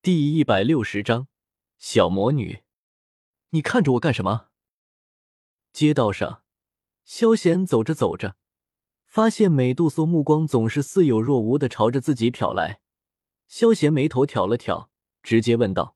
第160章小魔女。你看着我干什么？街道上，萧贤走着走着，发现美杜莎目光总是似有若无地朝着自己瞟来。萧贤眉头挑了挑，直接问道：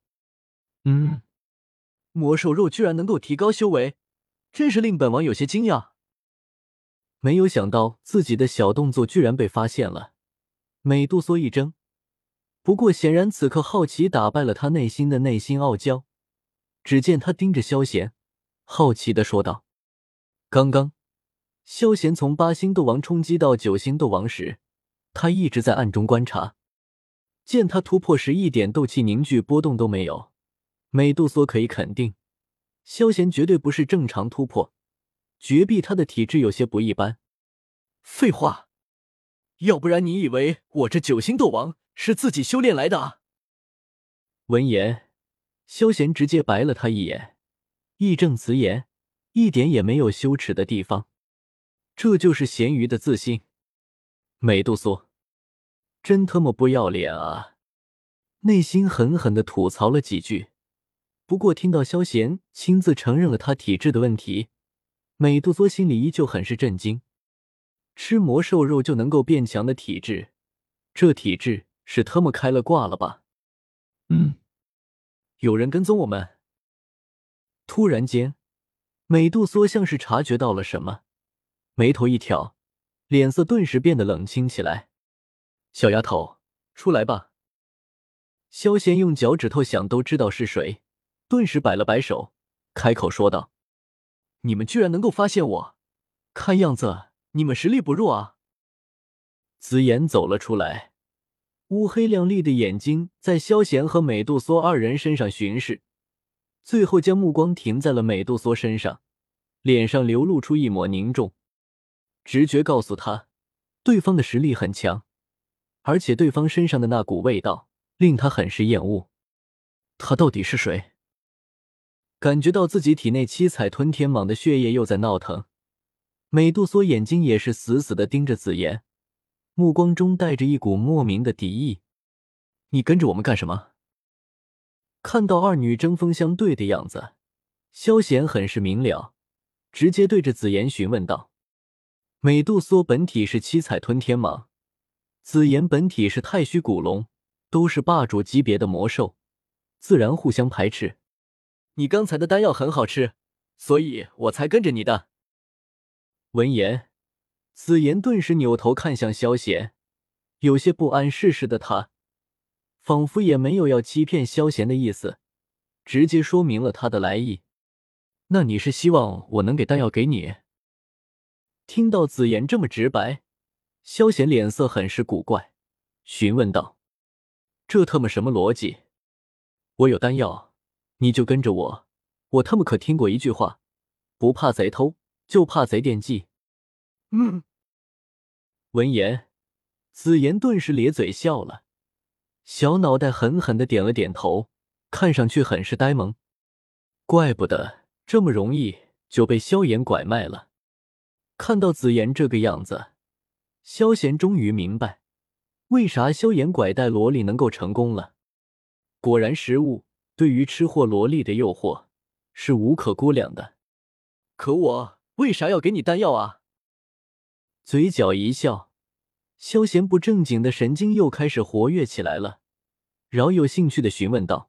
魔兽肉居然能够提高修为，真是令本王有些惊讶。没有想到自己的小动作居然被发现了，美杜莎一怔。不过显然此刻好奇打败了他内心的内心傲娇，只见他盯着萧贤，好奇地说道：刚刚萧贤从8星斗王冲击到9星斗王时，他一直在暗中观察，见他突破时一点斗气凝聚波动都没有，美杜莎可以肯定萧贤绝对不是正常突破，绝壁他的体质有些不一般。废话，要不然你以为我这9星斗王是自己修炼来的啊？闻言，萧贤直接白了他一眼，义正辞严，一点也没有羞耻的地方。这就是咸鱼的自信。美杜莎，真他妈不要脸啊！内心狠狠地吐槽了几句。不过听到萧贤亲自承认了他体质的问题，美杜莎心里依旧很是震惊。吃魔兽肉就能够变强的体质，这体质是他妈开了挂了吧？有人跟踪我们。突然间，美杜莎像是察觉到了什么，眉头一挑，脸色顿时变得冷清起来。小丫头，出来吧。萧贤用脚趾头想都知道是谁，顿时摆了摆手，开口说道：你们居然能够发现我，看样子你们实力不弱啊。紫妍走了出来，乌黑亮丽的眼睛在萧贤和美杜莎二人身上巡视，最后将目光停在了美杜莎身上，脸上流露出一抹凝重。直觉告诉他，对方的实力很强，而且对方身上的那股味道令他很是厌恶。他到底是谁？感觉到自己体内七彩吞天蟒的血液又在闹腾，美杜莎眼睛也是死死地盯着紫妍，目光中带着一股莫名的敌意。你跟着我们干什么？看到二女针锋相对的样子，萧贤很是明了，直接对着紫妍询问道。美杜莎本体是七彩吞天蟒，紫妍本体是太虚古龙，都是霸主级别的魔兽，自然互相排斥。你刚才的丹药很好吃，所以我才跟着你的。闻言，紫妍顿时扭头看向萧贤，有些不谙世事的他仿佛也没有要欺骗萧贤的意思，直接说明了他的来意。那你是希望我能给丹药给你？听到紫妍这么直白，萧贤脸色很是古怪，询问道：这他妈什么逻辑？我有丹药，你就跟着我，我他妈可听过一句话，不怕贼偷，就怕贼惦记。闻言，紫妍顿时咧嘴笑了，小脑袋狠狠地点了点头，看上去很是呆萌。怪不得这么容易就被萧炎拐卖了。看到紫妍这个样子，萧贤终于明白为啥萧炎拐带萝莉能够成功了。果然食物对于吃货萝莉的诱惑是无可估量的。可我为啥要给你丹药啊？嘴角一笑，萧贤不正经的神经又开始活跃起来了，饶有兴趣的询问道。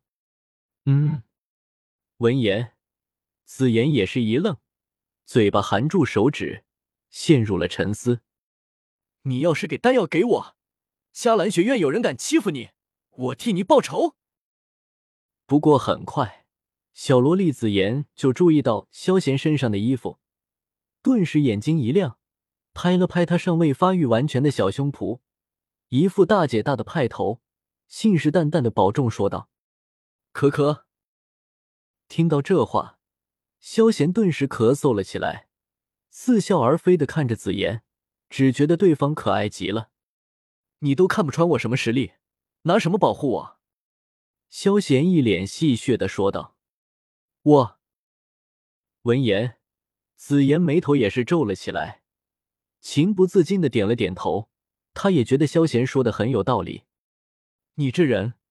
闻言，紫妍也是一愣，嘴巴含住手指，陷入了沉思。你要是给丹药给我，迦兰学院有人敢欺负你，我替你报仇。不过很快，小萝莉紫妍就注意到萧贤身上的衣服，顿时眼睛一亮，拍了拍他尚未发育完全的小胸脯，一副大姐大的派头，信誓旦旦的保重说道：可可。听到这话，萧贤顿时咳嗽了起来，似笑而非的看着紫妍，只觉得对方可爱极了。你都看不穿我什么实力，拿什么保护我？萧贤一脸戏谑的说道。我。闻言，紫妍眉头也是皱了起来，情不自禁的点了点头，他也觉得萧贤说的很有道理。你这人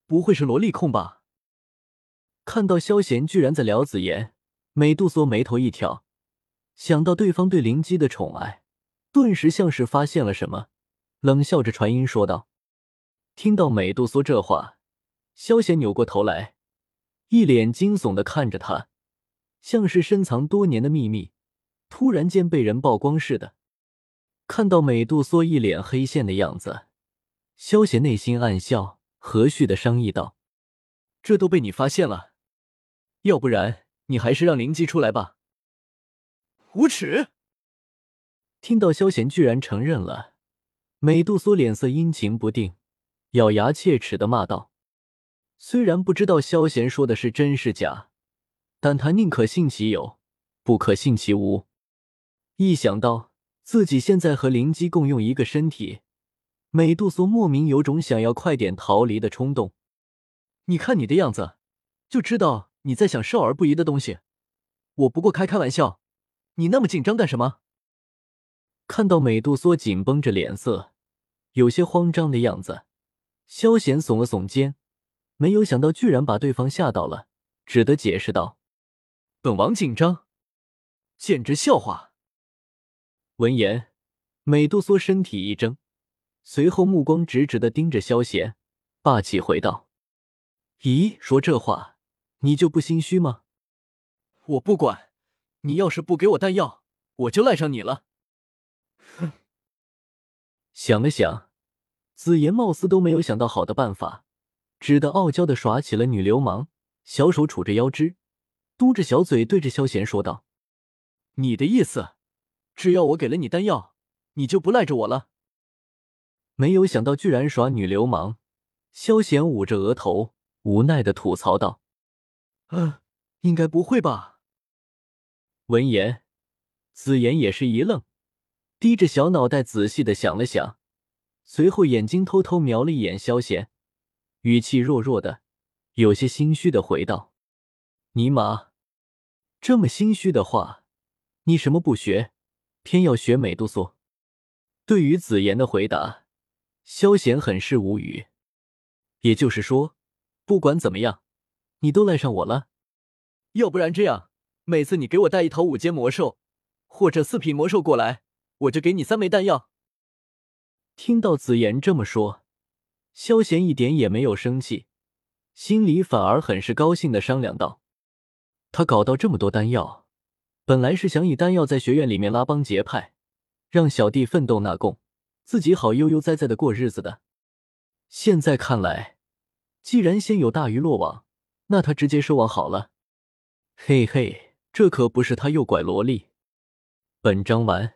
不会是萝莉控吧？看到萧贤居然在聊紫妍，美杜莎眉头一挑，想到对方对灵姬的宠爱，顿时像是发现了什么，冷笑着传音说道。听到美杜莎这话，萧贤扭过头来，一脸惊悚地看着他，像是深藏多年的秘密突然间被人曝光似的。看到美杜莎一脸黑线的样子，萧贤内心暗笑，和煦地商议道：这都被你发现了，要不然你还是让灵姬出来吧。无耻！听到萧贤居然承认了，美杜莎脸色阴晴不定，咬牙切齿地骂道。虽然不知道萧贤说的是真是假，但他宁可信其有，不可信其无。一想到自己现在和灵姬共用一个身体，美杜莎莫名有种想要快点逃离的冲动。你看你的样子，就知道你在想少儿不宜的东西。我不过开玩笑，你那么紧张干什么？看到美杜莎紧绷着脸色，有些慌张的样子，萧贤耸了耸肩，没有想到居然把对方吓到了，只得解释道：本王紧张，简直笑话。闻言，美杜莎身体一怔，随后目光直直地盯着萧贤，霸气回道：咦，说这话你就不心虚吗？我不管，你要是不给我弹药，我就赖上你了。哼！想了想，紫妍貌似都没有想到好的办法，只得傲娇地耍起了女流氓，小手杵着腰肢，嘟着小嘴对着萧贤说道：你的意思，只要我给了你弹药，你就不赖着我了？没有想到居然耍女流氓，萧贤捂着额头，无奈地吐槽道：应该不会吧？闻言，紫妍也是一愣，低着小脑袋仔细地想了想，随后眼睛偷偷瞄了一眼萧贤，语气弱弱的，有些心虚的回道：尼玛，这么心虚的话，你什么不学，偏要学美杜莎？对于紫妍的回答，萧贤很是无语。也就是说，不管怎么样，你都赖上我了。要不然这样，每次你给我带一头5阶魔兽，或者4匹魔兽过来，我就给你3枚弹药。听到紫妍这么说，萧贤一点也没有生气，心里反而很是高兴地商量道：他搞到这么多丹药，本来是想以丹药在学院里面拉帮结派，让小弟奋斗纳贡，自己好悠悠哉哉的过日子的。现在看来，既然先有大鱼落网，那他直接收网好了。嘿嘿，这可不是他诱拐萝莉。本章完。